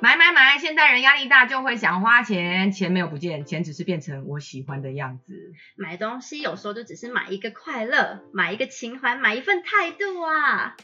买，现代人压力大就会想花钱，钱没有不见，钱只是变成我喜欢的样子。 买东西有时候就只是买一个快乐，买一个情怀，买一份态度啊。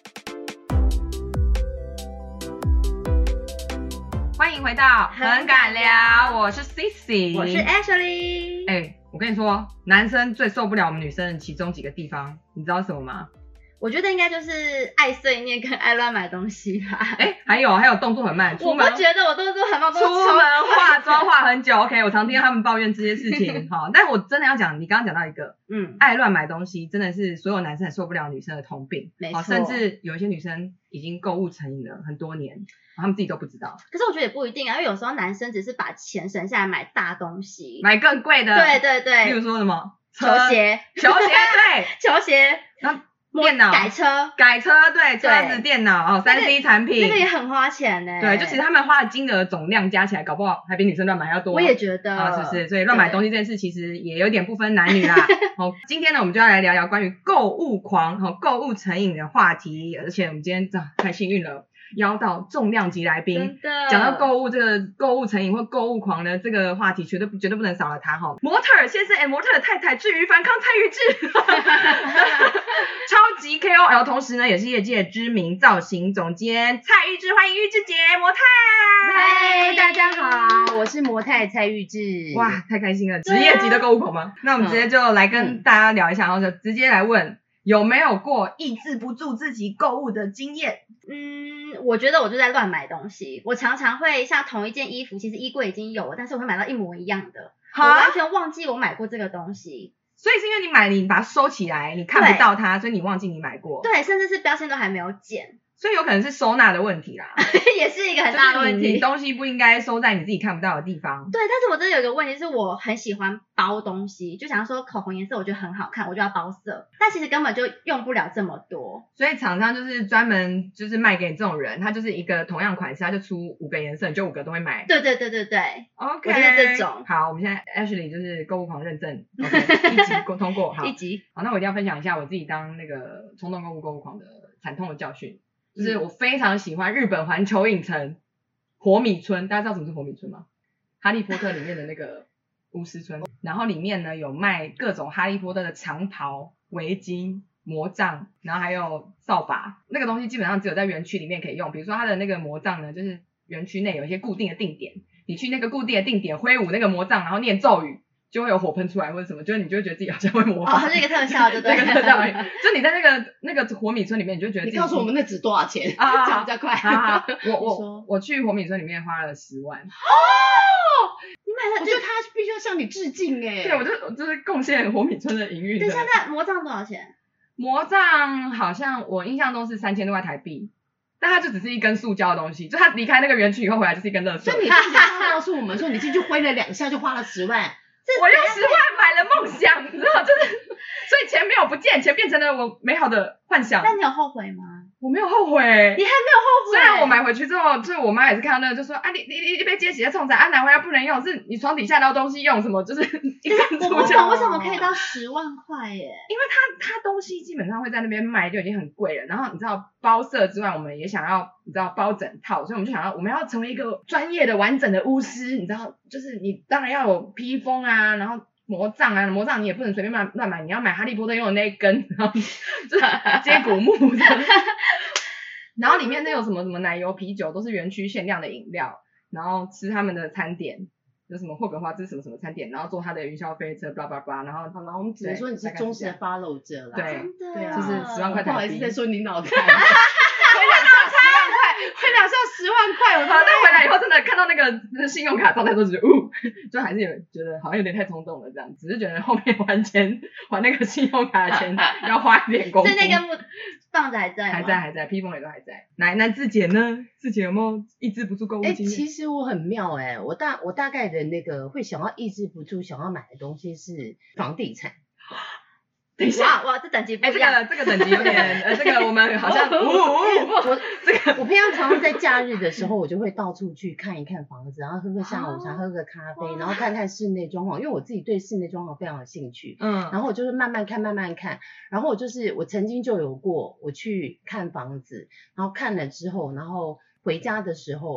欢迎回到很敢聊，我是 Sissi， 我是 Ashley。 我跟你说，男生最受不了我们女生的其中几个地方，你知道什么吗？ 我觉得应该就是爱碎念跟爱乱买东西吧。 还有动作很慢， 我不觉得我动作很慢， 出门化妆化很久。OK， 我常听到他们抱怨这些事情。好，但我真的要讲，你刚刚讲到一个，爱乱买东西，真的是所有男生很受不了女生的通病。 没错， 甚至有一些女生已经购物成瘾了很多年，他们自己都不知道。 可是我觉得也不一定啊，因为有时候男生只是把钱省下来买大东西， 买更贵的。 对， 例如说什么球鞋， 对， 球鞋， 然后电脑改车， 对，车子、电脑3C 产品， 那个也很花钱呢。 对，就其实他们花的金额总量加起来，搞不好还比女生乱买要多。 我也觉得， 是不是？所以乱买东西这件事其实也有点不分男女啦。今天呢，我们就要来聊聊关于购物狂、购物成瘾的话题，而且我们今天太幸运了。邀到重量级来宾，讲到购物这个购物成瘾或购物狂的这个话题，绝对不能少了他哈。模特儿先生模特儿太太至于反抗蔡玉智，超级 KOL， 同时呢也是业界知名造型总监蔡玉智，欢迎玉智姐模特。 嗨，大家好，我是模特蔡玉智。 哇，太开心了，职业级的购物狂吗？那我们直接就来跟大家聊一下，然后就直接来问。有没有过抑制不住自己购物的经验？ 我觉得我就在乱买东西。我常常会像同一件衣服，其实衣柜已经有了，但是我会买到一模一样的，我完全忘记我买过这个东西。 所以是因为你把它收起来，你看不到它，所以你忘记你买过。 对，甚至是标签都还没有剪。 所以有可能是收纳的问题啦， 也是一个很大的问题。 你东西不应该收在你自己看不到的地方。 对，但是我真的有一个问题是，我很喜欢包东西，就想说口红颜色我觉得很好看，我就要包色，但其实根本就用不了这么多。 所以厂商就是专门就是卖给你这种人，他就是一个同样款式，他就出5个颜色，你就5个都会买。 对。 OK， 我就是这种。 好，我们现在 Ashley 就是购物狂认证 ，OK， 1级通过。好， 1级。 好，那我一定要分享一下我自己当那个冲动购物狂的惨痛的教训。就是我非常喜欢日本环球影城火米村，大家知道什么是火米村吗？哈利波特里面的那个巫师村，然后里面呢有卖各种哈利波特的长袍、围巾、魔杖，然后还有扫把。那个东西基本上只有在园区里面可以用，比如说它的那个魔杖呢，就是园区内有一些固定的定点，你去那个固定的定点挥舞那个魔杖，然后念咒语。就会有火喷出来或者什么，就是你就会觉得自己好像会模仿。 这个特效对不对？ 这个特效，就你在那个火米村里面，你就觉得自己。 你告诉我们那值多少钱？讲比较快。 我去火米村里面花了10万。 你买了？ 我觉得他必须要向你致敬哎。 对，我就是贡献火米村的营运。 对，现在魔杖多少钱？ 魔杖好像我印象中是3000多块台币。但它就只是一根塑胶的东西，就它离开那个园区以后回来就是一根垃圾。 所以你告诉我们说，你进去挥了2下就花了10万。 我用10万买了梦想，你知道，就是所以钱没有不见，钱变成了我美好的幻想。 那你有后悔吗？ 我没有后悔。 你还没有后悔？ 虽然我买回去之后，就是我妈也是看到那个就说啊，你被接起来冲仔啊，拿回来不能用，是你床底下的东西用什么，就是一根我不懂为什么可以到10万块耶？ 因为它东西基本上会在那边卖就已经很贵了，然后你知道包色之外，我们也想要你知道包整套，所以我们就想要我们要成为一个专业的完整的巫师，你知道，就是你当然要有披风啊，然后。魔杖你也不能随便乱买，你要买哈利波特用的那一根，然后就是接骨木的，然后里面那有什么奶油啤酒都是园区限量的饮料，然后吃他们的餐点，有什么霍格华兹什么餐点，然后坐他的云霄飞车，blah blah blah，然后好了，我们只能说你是忠实的 follow 者啦。 对啊， 就是10万块台币。 不好意思在说你脑残。 会两下10万块，但回来以后真的看到那个信用卡状态都觉得，就还是有觉得好像有点太冲动了这样，只是觉得后面还那个信用卡的钱要花一点功夫。 所以那根棒子还在吗？ 还在，披风也都还在。那自姐呢？自姐有没有抑制不住购物经验？ 其实我很妙我大概的那个会想要抑制不住想要买的东西是房地产。 等一下， 哇，这等级不一样。 这个等级有点，这个我们好像我平常在假日的时候，我就会到处去看一看房子，然后喝个下午茶，喝个咖啡，然后看看室内装潢，因为我自己对室内装潢非常有兴趣。然后我就是慢慢看，然后我曾经就有过，我去看房子，然后看了之后，然后回家的时候。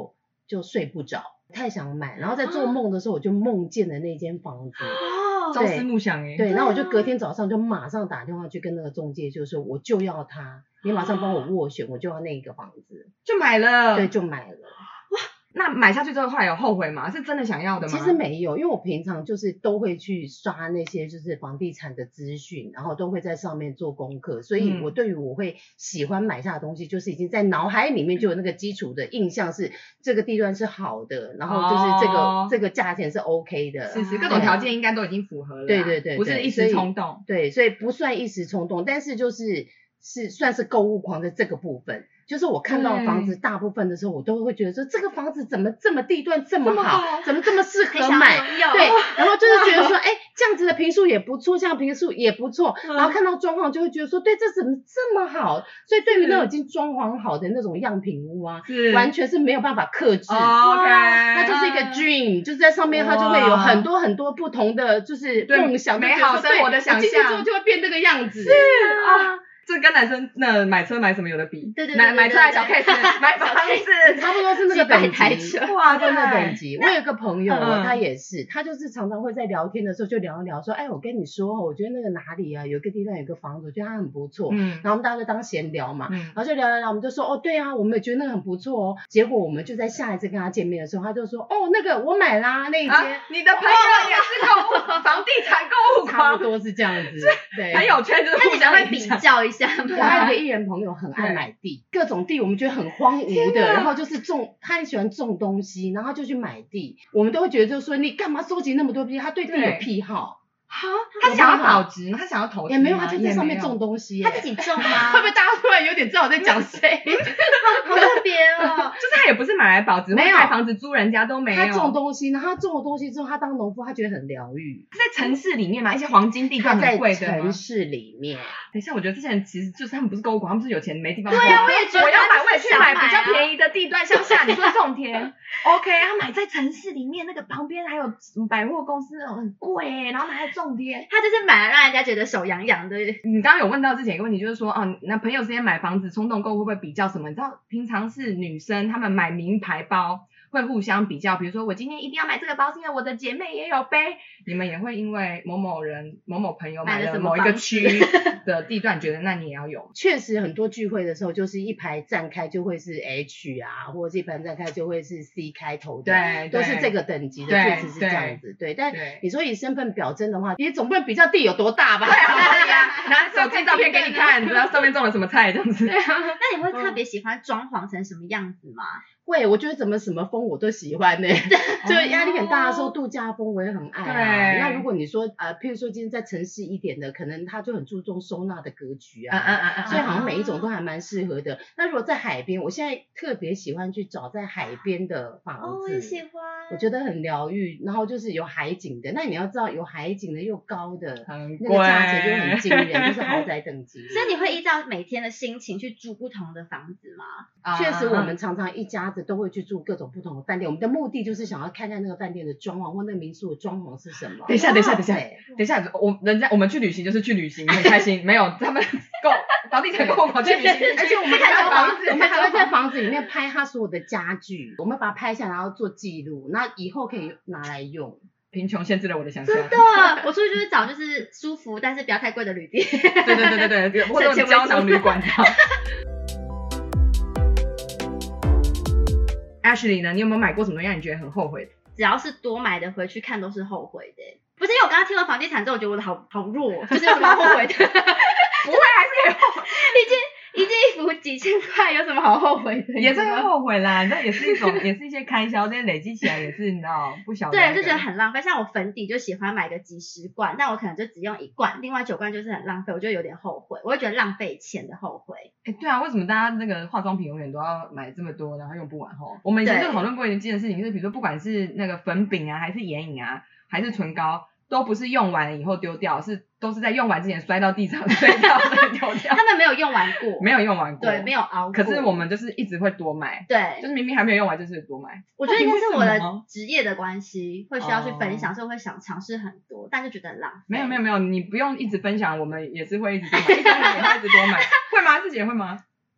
就睡不着，太想买，然后在做梦的时候我就梦见了那间房子。 朝思暮想哎。 对，那我就隔天早上就马上打电话去跟那个中介，就说我就要它，你马上帮我斡旋，我就要那个房子， 就买了。 对，就买了。 哇，那买下去之后后来有后悔吗？是真的想要的吗？ 其实没有，因为我平常就是都会去刷那些就是房地产的资讯，然后都会在上面做功课，所以我对于我会喜欢买下的东西，就是已经在脑海里面就有那个基础的印象，是这个地段是好的，然后就是这个价钱是 OK 的， 是各种条件应该都已经符合了。 对对对， 不是一时冲动。 对，所以不算一时冲动，但是就是算是购物狂的这个部分。就是我看到房子大部分的时候，我都会觉得说这个房子怎么这么地段这么好，怎么这么适合买？对，然后就是觉得说，这样子的坪数也不错，这样坪数也不错，然后看到装潢就会觉得说，对，这怎么这么好？所以对于那种已经装潢好的那种样品屋啊，完全是没有办法克制。 OK， 它就是一个 dream， 就是在上面它就会有很多很多不同的就是梦想， 美好生活的想象， 进去之后就会变这个样子。 是啊。这跟男生那买车买什么有的比， 对， 买车还小 case， 买房子差不多是那个等级， 哇， 真的等级。我有个朋友，他也是，他就是常常会在聊天的时候就聊一聊，说，我跟你说，我觉得那个哪里啊，有个地方有个房子，我觉得它很不错，然后我们大家就当闲聊嘛，然后就聊，我们就说，对啊，我们也觉得那个很不错哦。结果我们就在下一次跟他见面的时候，他就说，那个我买啦，那一间。 你的朋友也是购物房地产购物狂， 差不多是这样子，对， 朋友圈就是互相会比较一下。 我还有个艺人朋友很爱买地，各种地我们觉得很荒芜的，然后就是他很喜欢种东西，然后他就去买地，我们都会觉得就是说你干嘛收集那么多地？他对地有癖好。 他想要保值吗？他想要投资吗？ 也没有，他就在上面种东西。 他自己种吗？ 会不会大家突然有点知道我在讲谁？ 好特别哦！ 就是他也不是买来保值，没有买房子租人家都没有。 他种东西，然后他种了东西之后，他当农夫，他觉得很疗愈。 在城市里面嘛，一些黄金地段很贵的。 在城市里面。 等一下，我觉得这些人其实就是他们不是购物狂，他们是有钱没地方。 对啊，我也觉得。 我要买，我也去买比较便宜的地段，乡下你说种田 ，OK， 他买在城市里面那个旁边还有什么百货公司那种很贵，然后拿来种田， 他就是买了让人家觉得手痒痒的。 你刚刚有问到之前一个问题，就是说那朋友之间买房子冲动购会不会比较什么？你知道平常是女生她们买名牌包会互相比较，比如说我今天一定要买这个包是因为我的姐妹也有背，你们也会因为某某人某某朋友买了某一个区的地段觉得那你也要有。 确实很多聚会的时候就是一排站开就会是 H 啊，或者是一排站开就会是 C 开头的， 对， 都是这个等级的，确实是这样子。对，但你说以身份表征的话，你总不能比较地有多大吧？ 对啊，拿手机照片给你看，知道上面种了什么菜这样子。 对啊，那你会特别喜欢装潢成什么样子吗？ 会，我觉得怎么什么风我都喜欢呢。就压力很大的时候，度假风我也很爱啊。那如果你说譬如说今天在城市一点的，可能他就很注重收纳的格局啊，所以好像每一种都还蛮适合的。那如果在海边，我现在特别喜欢去找在海边的房子， 我也喜欢， 我觉得很疗愈，然后就是有海景的。那你要知道有海景的又高的，那个价钱就很惊人，就是豪宅等级。 所以你会依照每天的心情去住不同的房子吗？ 确实，我们常常一家子都会去住各种不同的饭店，我们的目的就是想要看看那个饭店的装潢或那个民宿的装潢是什么。 等一下，我们去旅行就是去旅行，很开心。没有他们房地产购物狂去旅行， 而且我们还会在房子里面拍他所有的家具，我们把它拍下来，然后做记录，那以后可以拿来用。 贫穷限制了我的想象。 真的，我出去就是找就是舒服但是不要太贵的旅店。 对，或者胶囊旅馆。Ashley 呢？你有没有买过什么让你觉得很后悔的？ 只要是多买的回去看都是后悔的。不是因为我刚刚听完房地产之后，我觉得我的好弱，就是有什么后悔的？ 不会，还是可以后悔。 一件衣服几千块，有什么好后悔的？ 也是会后悔啦，这也是一种，也是一些开销，这些累积起来也是你知道不小的。 对，就觉得很浪费。像我粉底就喜欢买个几十罐，但我可能就只用1罐，另外9罐就是很浪费，我就有点后悔，我会觉得浪费钱的后悔。 对啊，为什么大家那个化妆品永远都要买这么多，然后用不完吼？我们以前就讨论过一件事情，就是比如说不管是那个粉饼啊，还是眼影啊，还是唇膏。都不是用完了以后丢掉，都是在用完之前摔到地上摔掉再丢掉。 他们没有用完过， 没有用完过， 对，没有熬过。 可是我们就是一直会多买， 对， 就是明明还没有用完，就是多买。 我觉得应该是我的职业的关系，会需要去分享，所以会想尝试很多，但就觉得很浪费。 没有，你不用一直分享，我们也是会一直多买，一直也会一直多买，会吗？自己也会吗？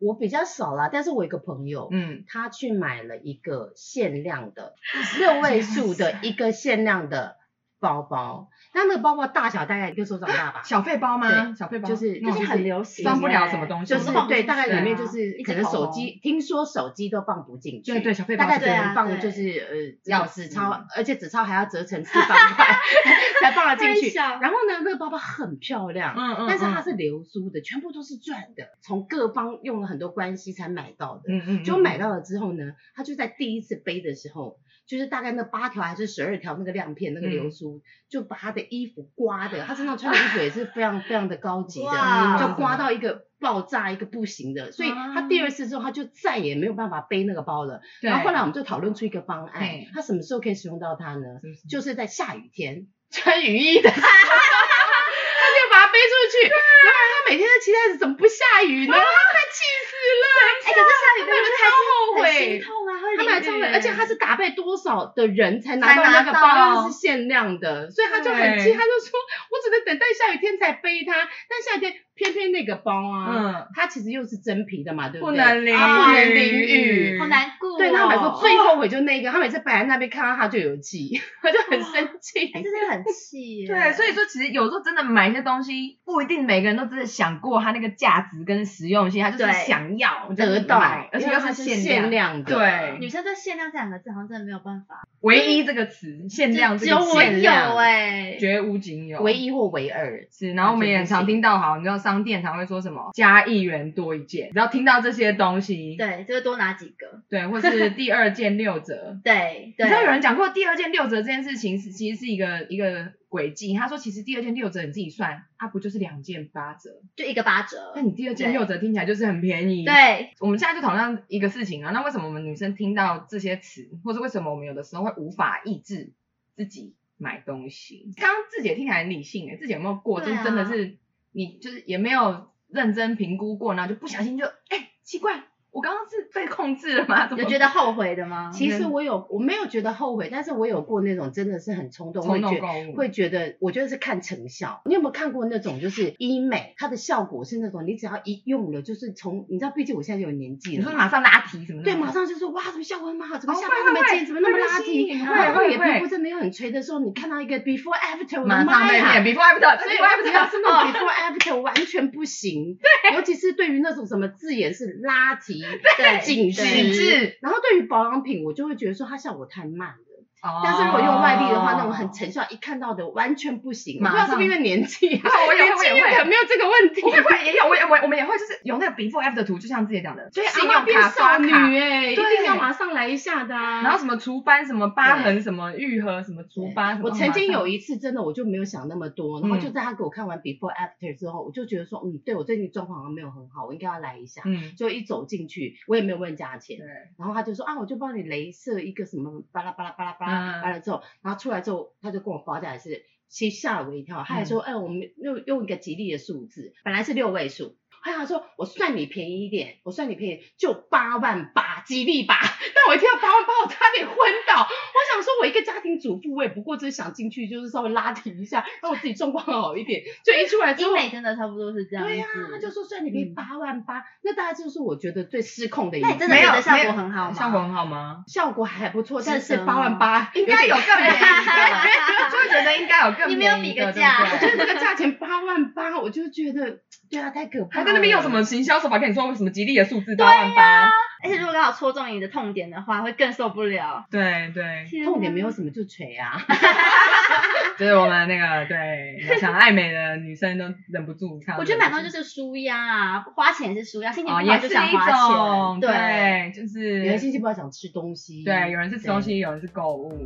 我比较少啦，但是我有一个朋友，他去买了一个限量的6位数的一个限量的包包，那个包包大小大概一个手掌大吧。 小费包吗？小费包就是很流行， 装不了什么东西， 就是对，大概里面就是可能手机，听说手机都放不进去， 对，小费包大概只能放就是纸钞，而且纸钞还要折成4方块才放得进去。然后呢，那个包包很漂亮，但是它是流苏的，全部都是赚的，从各方用了很多关系才买到的。就买到了之后呢，他就在第一次背的时候，就是大概那8条还是12条那个亮片那个流苏，就把他的衣服刮的，他身上穿的衣服也是非常非常的高级的，就刮到一个爆炸一个不行的，所以他第2次之后他就再也没有办法背那个包了。然后后来我们就讨论出一个方案，他什么时候可以使用到它呢？就是在下雨天穿雨衣的时候，他就把它背出去，然后他每天都期待着怎么不下雨呢？他快气死了！ 可是下雨天就超后悔， 心痛啊，会淋雨， 而且他是打败多少的人才拿到那个包，因为是限量的，所以他就很气，他就说我只能等待下雨天才背它，但下雨天偏偏那个包啊，它其实又是真皮的嘛，对不对？ 不能淋雨， 好难过。 对，他买过最后悔就那个，他每次摆在那边看到他就有气，他就很生气， 这真的很气。 对，所以说其实有时候真的买一些东西，不一定每个人都真的想过它那个价值跟实用性，他就是想要得到， 而且又是限量的。 对， 女生对限量这2个字好像真的没有办法。 唯一这个词，限量这个词， 只有我有绝无仅有， 唯一或唯二是。然后我们也常听到，好，你知道商店常会说什么加1元多1件，只要听到这些东西， 对，就会多拿几个， 对，或是第2件6折， 对， 你知道有人讲过第2件6折这件事情其实是一个轨迹，他说其实第2件6折你自己算，不就是2件8折， 就一个8折， 那你第2件6折听起来就是很便宜。 对， 我们现在就讨论一个事情啊，那为什么我们女生听到这些词，或者为什么我们有的时候会无法抑制自己买东西？刚刚自己也听起来很理性自己有没有过？就是真的是你就是也没有认真评估过，然后就不小心就奇怪。我刚刚是被控制了吗？ 有觉得后悔的吗？ 其实我没有觉得后悔，但是我有过那种真的是很冲动购物，会觉得我觉得是看成效。你有没有看过那种就是医美，它的效果是那种你只要一用了，就是从你知道，毕竟我现在有年纪了， 你说马上拉提什么的， 对，马上就说哇，怎么效果那么好，怎么下巴那么尖，怎么那么拉提，然后你皮肤真的又很垂的时候，你看到一个 before after， 我的妈呀 ，before after， 所以我只要是那种 before after 完全不行，对，尤其是对于那种什么字眼是拉提， 对， 紧致，然后对于保养品，我就会觉得说它效果太慢了。但是如果用外力的话，那种很成效一看到的完全不行。不知道是不是因为年纪，年纪可能没有这个问题。 也有，我们也会，就是有那个 before after 图，就像自己讲的， 所以信用卡、 少女一定要马上来一下的。 然后什么除斑、什么疤痕、什么愈合、什么除疤。 我曾经有一次真的我就没有想那么多，然后就在他给我看完 before after 之后，我就觉得说，对我最近状况好像没有很好，我应该要来一下。就一走进去，我也没有问价钱，然后他就说我就帮你雷射一个什么巴拉巴拉巴拉巴拉。完了之后，然后出来之后，他就跟我报价也是，其实吓了我一跳。他还说，我们用一个吉利的数字，本来是6位数，后来他说我算你便宜一点，就88000吉利吧。但我一听到88000，我差点昏倒。我想说，我一个家庭主妇，我也不过就是想进去，就是稍微拉提一下，让我自己状况好一点。就一出来之后， 医美真的差不多是这样子。 对他就说算你便宜88000，那大概就是我觉得最失控的一次。 那你真的觉得效果很好吗？ 效果很好吗？ 效果还不错，但是88000 应该有更便宜的，就会觉得应该有更便宜的。 你没有比个价， 我觉得这个价钱88000，我就觉得对啊，太可怕了。 他在那边用什么行销手法跟你说什么吉利的数字88000？ 而且如果刚好戳中你的痛点的话，会更受不了。 对， 痛点没有什么就捶啊。 就是我们那个对想爱美的女生都忍不住看。 我觉得买东西就是舒压啊，花钱也是舒压，心情不好就想花钱。 对，就是有人心情不好想吃东西， 对，有人是吃东西，有人是购物。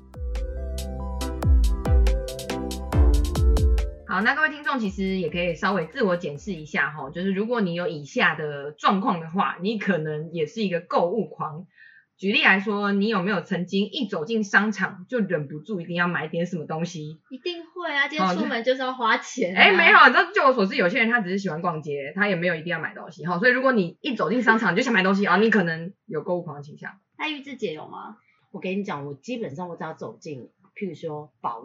好，那各位听众其实也可以稍微自我检视一下齁，就是如果你有以下的状况的话，你可能也是一个购物狂。举例来说，你有没有曾经一走进商场就忍不住一定要买点什么东西？ 一定会啊，今天出门就是要花钱。 没有，你知道就我所知，有些人他只是喜欢逛街，他也没有一定要买东西。所以如果你一走进商场你就想买东西，你可能有购物狂的倾向。 那玉智姐有吗？ 我跟你讲，我基本上我只要走进，譬如说保养，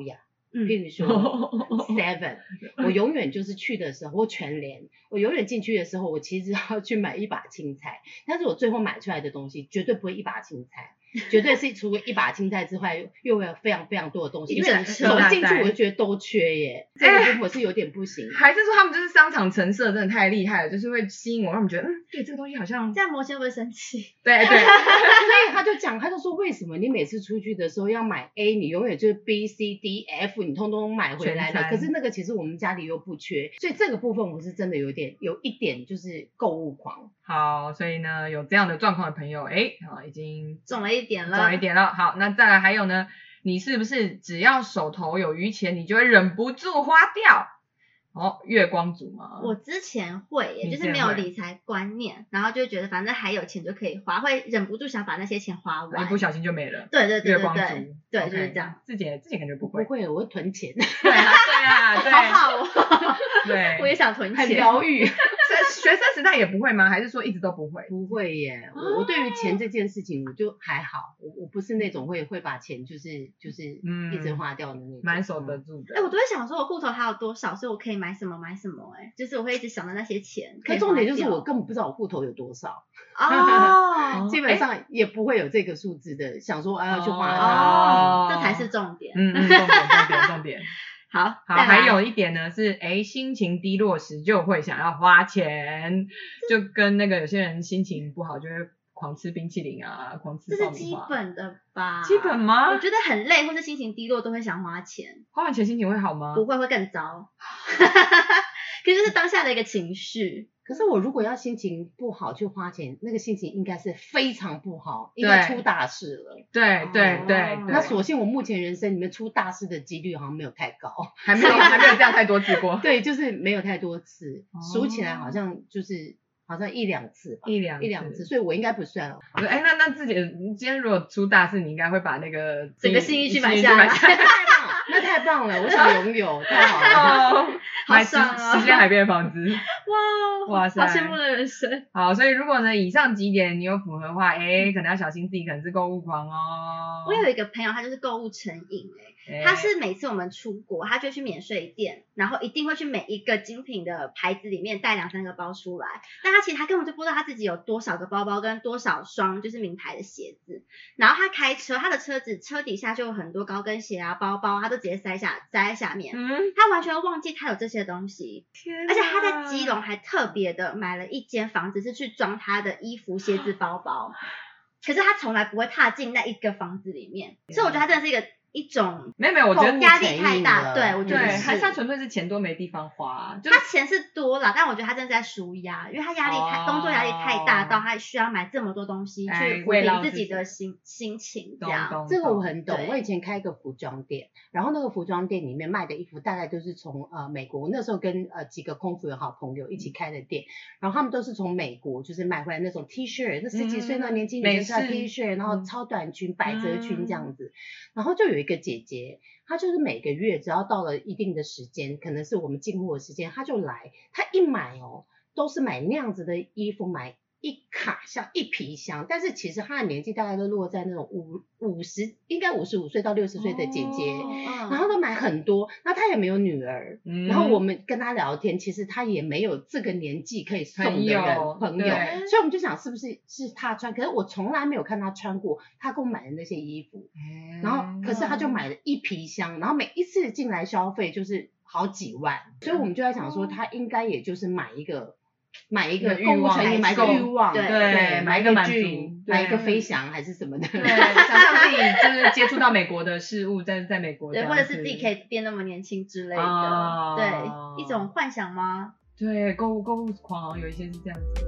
譬如说 Seven， 我永远就是去的时候，或全联，我永远进去的时候，我其实要去买一把青菜，但是我最后买出来的东西绝对不会一把青菜。绝对是除了一把青菜之外，又有非常非常多的东西，因为走进去我就觉得都缺耶，这个部分是有点不行。 还是说他们就是商场陈设真的太厉害了，就是会吸引我，让我们觉得对这个东西好像。 这样魔仙会生气。 对， 所以他就说为什么你每次出去的时候要买 A， 你永远就是 B C D F 你通通买回来了，可是那个其实我们家里又不缺，所以这个部分我是真的有一点就是购物狂。 好，所以呢有这样的状况的朋友，已经中了一点了。 好，那再来还有呢，你是不是只要手头有余钱，你就会忍不住花掉？月光族吗？ 我之前会耶，就是没有理财观念，然后就觉得反正还有钱就可以花，会忍不住想把那些钱花完， 一不小心就没了。 对， 月光族， 对，就是这样。 自己感觉不会， 我会囤钱。 对啊， 好好哦。 对， 我也想囤钱， 很疗愈。 学生时代也不会吗？还是说一直都不会？ 不会耶，我对于钱这件事情我就还好，我不是那种会把钱就是一直花掉的那种， 蛮守得住的。 我都会想说我户头还有多少，所以我可以买什么，就是我会一直想到那些钱。 可重点就是我根本不知道我户头有多少。基本上也不会有这个数字的，想说要去花它。 这才是重点。 重点。 好， 还有一点呢是，心情低落时就会想要花钱，就跟那个有些人心情不好就会狂吃冰淇淋啊，狂吃爆米花。 这是基本的吧？ 基本吗？ 我觉得很累或是心情低落都会想花钱。 花完钱心情会好吗？ 不会，会更糟。可是就是当下的一个情绪。 可是我如果要心情不好去花钱，那个心情应该是非常不好，应该出大事了。 对。 那所幸我目前人生里面出大事的几率好像没有太高， 还没有这样太多次过。 对，就是没有太多次，数起来好像一两次吧，一两次，所以我应该不算了。 那自己今天如果出大事，你应该会把那个整个信义区买下来。 那太棒了，我想拥有，太好了。 好爽啊！ 实现海边的房子。哇塞， 好羡慕的人生。 好，所以如果呢以上几点你有符合的话，可能要小心自己可能是购物狂哦。 我有一个朋友，他就是购物成瘾他是每次我们出国，他就去免税店，然后一定会去每一个精品的牌子里面带2-3个包出来，但他其实他根本就不知道他自己有多少个包包跟多少双就是名牌的鞋子，然后他开车，他的车子车底下就有很多高跟鞋啊包包，他都直接塞在下面，他完全忘记他有这些东西，而且他在基隆还特别的买了一间房子是去装他的衣服鞋子包包，可是他从来不会踏进那一个房子里面，所以我觉得他真的是一种没有，我觉得压力太大，对，我觉得还是他纯粹是钱多没地方花， 他钱是多了，但我觉得他真的在抒压，因为他工作压力太大到他需要买这么多东西去抚平自己的心情，这样。 这个我很懂，我以前开一个服装店，然后那个服装店里面卖的衣服大概都是从美国，我那时候跟几个空服员好朋友一起开的店，然后他们都是从美国就是买回来那种 T 恤，那10几岁那年轻女生穿 T 恤，然后超短裙、百褶裙这样子，然后就有一个姐姐，她就是每个月只要到了一定的时间，可能是我们进货的时间，她就来，她一买都是买那样子的衣服，买一卡箱一皮箱，但是其实她的年纪大概都落在那种应该55岁到60岁的姐姐，然后都买很多，那她也没有女儿，然后我们跟她聊天，其实她也没有这个年纪可以送的朋友，所以我们就想是不是她穿，可是我从来没有看她穿过她给我买的那些衣服，然后可是她就买了一皮箱，然后每一次进来消费就是好几万，所以我们就在想说她应该也就是买一个购物成瘾，买个欲望，对，买一个满足，买一个飞翔还是什么的， 对，想象自己就是接触到美国的事物，在美国， 对，或者是自己可以变那么年轻之类的，对，一种幻想吗？ 对，购物狂好像有一些是这样子。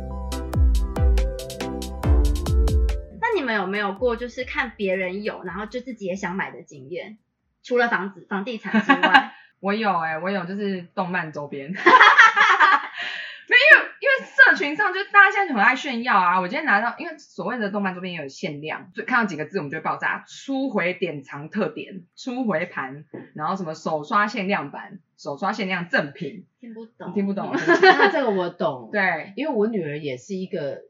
那你们有没有过就是看别人有，然后就自己也想买的经验？除了房地产之外， 我有就是动漫周边。因为社群上就大家现在很爱炫耀啊，我今天拿到，因为所谓的动漫周边也有限量，所以看到几个字我们就会爆炸，初回典藏特典，初回盘，然后什么首刷限量版，首刷限量赠品， 听不懂， 听不懂。 那这个我懂， 对， 因为我女儿也是一个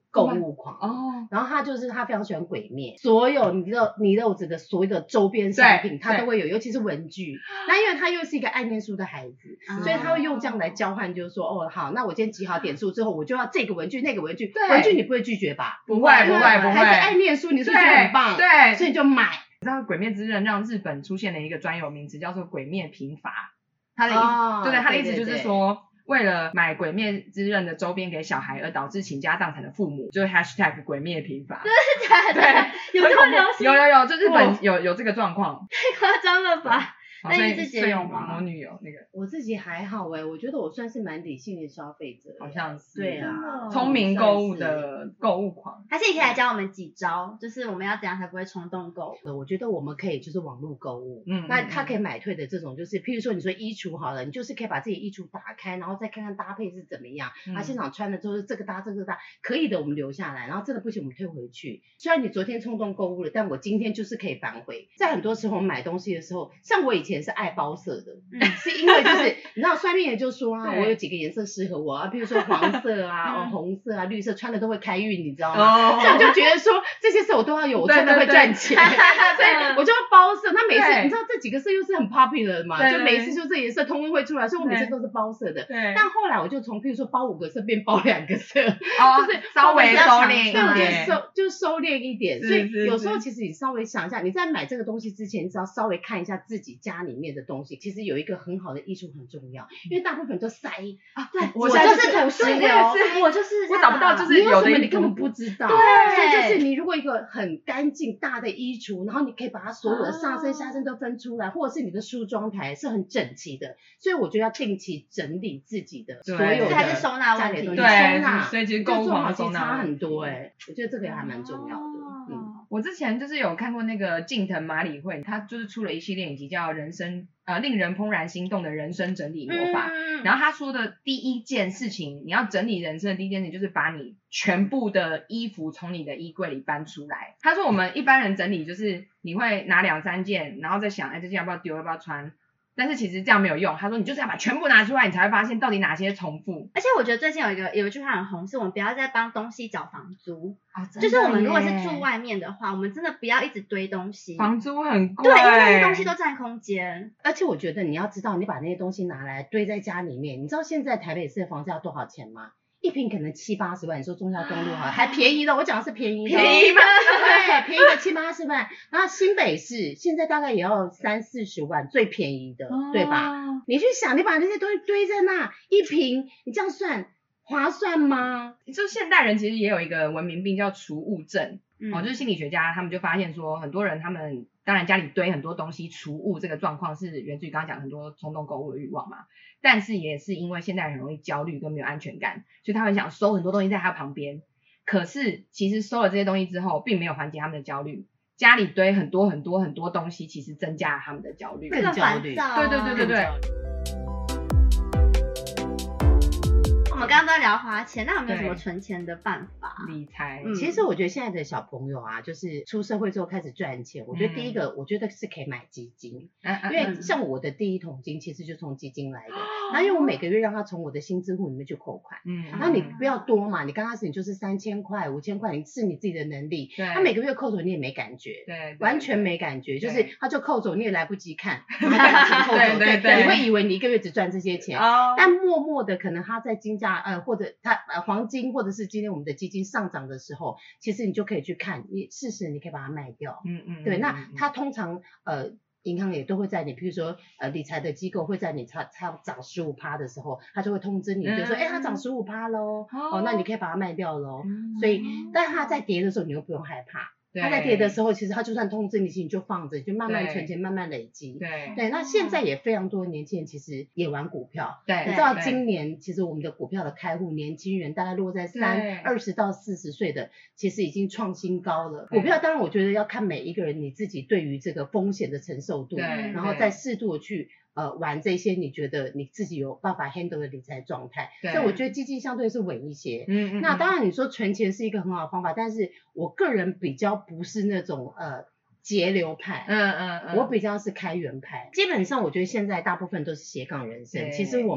购物狂哦，然后他非常喜欢鬼灭，所有你肉子的所有的周边商品他都会有，尤其是文具。那因为他又是一个爱念书的孩子，所以他会用这样来交换，就是说哦好，那我今天集好点数之后，我就要这个文具那个文具，文具你不会拒绝吧？ 不会，孩子爱念书，你是不是觉得很棒？ 对， 所以就买。 你知道《鬼灭之刃》让日本出现了一个专有名词，叫做鬼灭贫乏。他的意思，他的意思就是说。为了买《鬼灭之刃》的周边给小孩，而导致倾家荡产的父母，就是 #鬼灭贫乏。 真的假的？对，有这么流行？ 有，就日本有这个状况。 太夸张了吧？那你自己有吗？ 我女友那个， 我自己还好我觉得我算是蛮理性的消费者， 好像是。 对啊， 聪明购物的购物狂。 还是你可以来教我们几招，就是我们要怎样才不会冲动购物？ 我觉得我们可以就是网络购物，那他可以买退的这种，就是譬如说你说衣橱好了，你就是可以把自己衣橱打开，然后再看看搭配是怎么样，现场穿的之后这个搭这个搭，可以的我们留下来，然后真的不行我们退回去。虽然你昨天冲动购物了，但我今天就是可以反悔。在很多时候买东西的时候，像我以前是爱包色的，是因为就是你知道算命也就说啊，我有几个颜色适合我啊，譬如说黄色啊、红色啊、绿色，穿的都会开运，你知道吗？所以我就觉得说这些色我都要有，我真的会赚钱，所以我就要包色。那每次你知道这几个色又是很 popular 的嘛，就每次就这颜色通通会出来，所以我每次都是包色的。但后来我就从譬如说包5个色变包2个色，就是稍微收敛一点， 就收敛一点。所以有时候其实你稍微想一下，你在买这个东西之前，你只要稍微看一下自己家里面的东西，其实有一个很好的艺术很重要，因为大部分都塞啊，对，我就是土石流，我就是我找不到，就是有的你根本不知道， 对， 所以就是你如果一个很干净大的衣橱，然后你可以把它所有的上身下身都分出来，或者是你的梳妆台是很整齐的，所以我觉得要定期整理自己的所有的还是收纳问题， 对，收纳， 所以其实购物狂其实差很多我觉得这个也还蛮重要的。 我之前就是有看过那个近藤麻里惠，他就是出了一系列影集叫令人怦然心动的人生整理魔法，然后他说的第一件事情，你要整理人生的第一件事情就是把你全部的衣服从你的衣柜里搬出来。他说我们一般人整理就是你会拿2-3件，然后再想这件要不要丢要不要穿，但是其实这样没有用。他说你就是要把全部拿出来，你才会发现到底哪些重复。 而且我觉得最近有一句话很红，是我们不要再帮东西找房租。就是我们如果是住外面的话，我们真的不要一直堆东西， 房租很贵， 对，因为那些东西都占空间。 而且我觉得你要知道，你把那些东西拿来堆在家里面，你知道现在台北市的房价多少钱吗？一坪可能70-80万，你说忠孝东路好，还便宜的，我讲的是便宜的， 便宜吗？ 对，便宜的70-80万。然后新北市现在大概也要30-40万，最便宜的，对吧？你去想，你把那些东西堆在那，一坪，你这样算划算吗？ 就现代人其实也有一个文明病叫储物症，就是心理学家他们就发现说，很多人他们当然家里堆很多东西储物这个状况是源自于刚刚讲很多冲动购物的欲望嘛，但是也是因为现代人很容易焦虑跟没有安全感，所以他会想收很多东西在他旁边。可是其实收了这些东西之后，并没有缓解他们的焦虑。家里堆很多很多很多东西，其实增加了他们的焦虑， 更焦虑。 对。 我们刚刚都在聊花钱，那有没有什么存钱的办法？ 理财， 其实我觉得现在的小朋友啊，就是出社会之后开始赚钱，我觉得第一个，我觉得是可以买基金，因为像我的第一桶金其实就从基金来的，然后因为我每个月让他从我的薪资户里面去扣款，那你不要多嘛，你刚开始你就是3000块、5000块，你是你自己的能力，他每个月扣走你也没感觉， 对， 完全没感觉，就是他就扣走你也来不及看，然后再把钱扣走，对，你会以为你一个月只赚这些钱，但默默的可能他在金价或者他黄金或者是今天我们的基金上涨的时候，其实你就可以去看，事实你可以把它卖掉，对，那他通常银行也都会在你，譬如说理财的机构会在你它涨15%的时候，他就会通知你，就说它涨15%咯，那你可以把它卖掉咯，所以但它在跌的时候你又不用害怕。他在跌的时候，其实他就算通知你，你就放着，你就慢慢存钱，慢慢累积。对，那现在也非常多年轻人其实也玩股票。对，你知道今年其实我们的股票的开户年轻人大概落在20到40岁的，其实已经创新高了。股票当然我觉得要看每一个人你自己对于这个风险的承受度，然后再适度的去玩这些你觉得你自己有办法 handle 的理财状态，所以我觉得基金相对是稳一些。那当然你说存钱是一个很好的方法，但是我个人比较不是那种节流派，我比较是开源派。基本上我觉得现在大部分都是斜杠人生，其实我们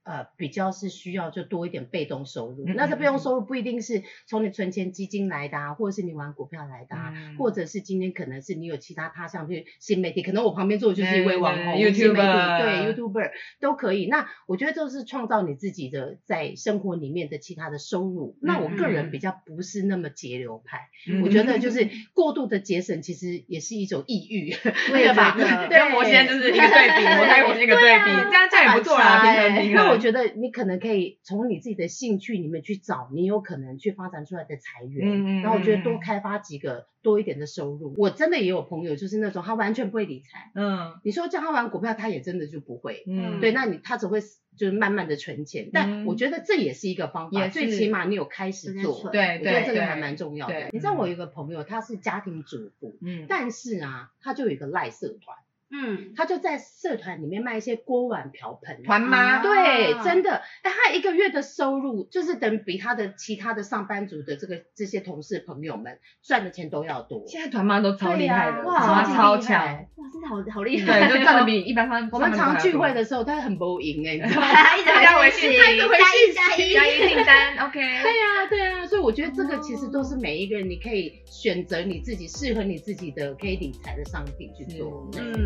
比较是需要就多一点被动收入。那这被动收入不一定是从你存钱基金来的啊，或者是你玩股票来的啊，或者是今天可能是你有其他他项，比如新媒体，可能我旁边做的就是一位网红，新媒体，对 YouTuber 都可以。那我觉得就是创造你自己的在生活里面的其他的收入。那我个人比较不是那么节流派，我觉得就是过度的节省其实也是一种抑郁，对吧？ 跟魔仙就是一个对比，魔太魔仙一个对比，这样也不错啦，平衡。 那我觉得你可能可以从你自己的兴趣里面去找你有可能去发展出来的财源，然后我觉得多开发几个多一点的收入。我真的也有朋友就是那种他完全不会理财，你说叫他玩股票他也真的就不会，对，那他只会就是慢慢的存钱，但我觉得这也是一个方法，最起码你有开始做， 对， 我觉得这个还蛮重要的。你知道我有一个朋友他是家庭主妇，但是啊他就有一个赖社团，他就在社团里面卖一些锅碗瓢盆团妈， 对，真的，他一个月的收入就是等比他的其他的上班族的这些同事朋友们赚的钱都要多。 现在团妈都超厉害的， 哇， 超强， 哇，真的好厉害， 对，就赚的比一般上班族我们常聚会的时候，他很不赢你知道吗？ 一直回信， 加一订单 ，OK。 对啊，所以我觉得这个其实都是每一个人你可以选择你自己适合你自己的可以理财的商品去做。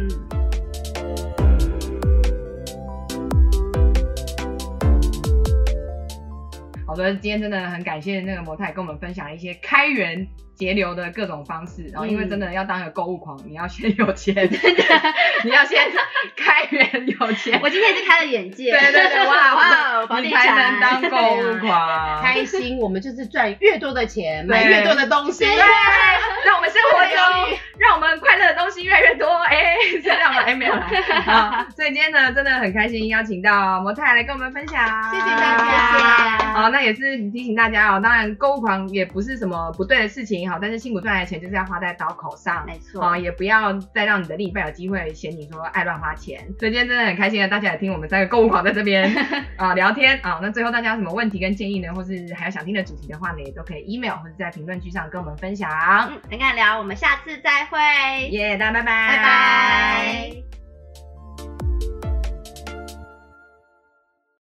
好的，今天真的很感谢那个魔太跟我们分享一些开源节流的各种方式，然后因为真的要当一个购物狂，你要先有钱，你要先开源有钱。 我今天也是开了眼界， 对，哇，你才能当购物狂， 开心。我们就是赚越多的钱，买越多的东西， 对，让我们生活中让我们快乐的东西越来越多，是这样吗？没有啦。好，所以今天呢，真的很开心邀请到魔太来跟我们分享， 谢谢大家。 好，那也是提醒大家哦，当然购物狂也不是什么不对的事情，好，但是辛苦赚来的钱就是要花在刀口上， 没错， 也不要再让你的另一半有机会嫌你说爱乱花钱。所以今天真的很开心的，大家也听我们3个购物狂在这边聊天啊。那最后大家有什么问题跟建议呢，或是还有想听的主题的话呢，也都可以 email 或者在评论区上跟我们分享。 很敢聊，我们下次再会， 大家拜拜， 拜拜。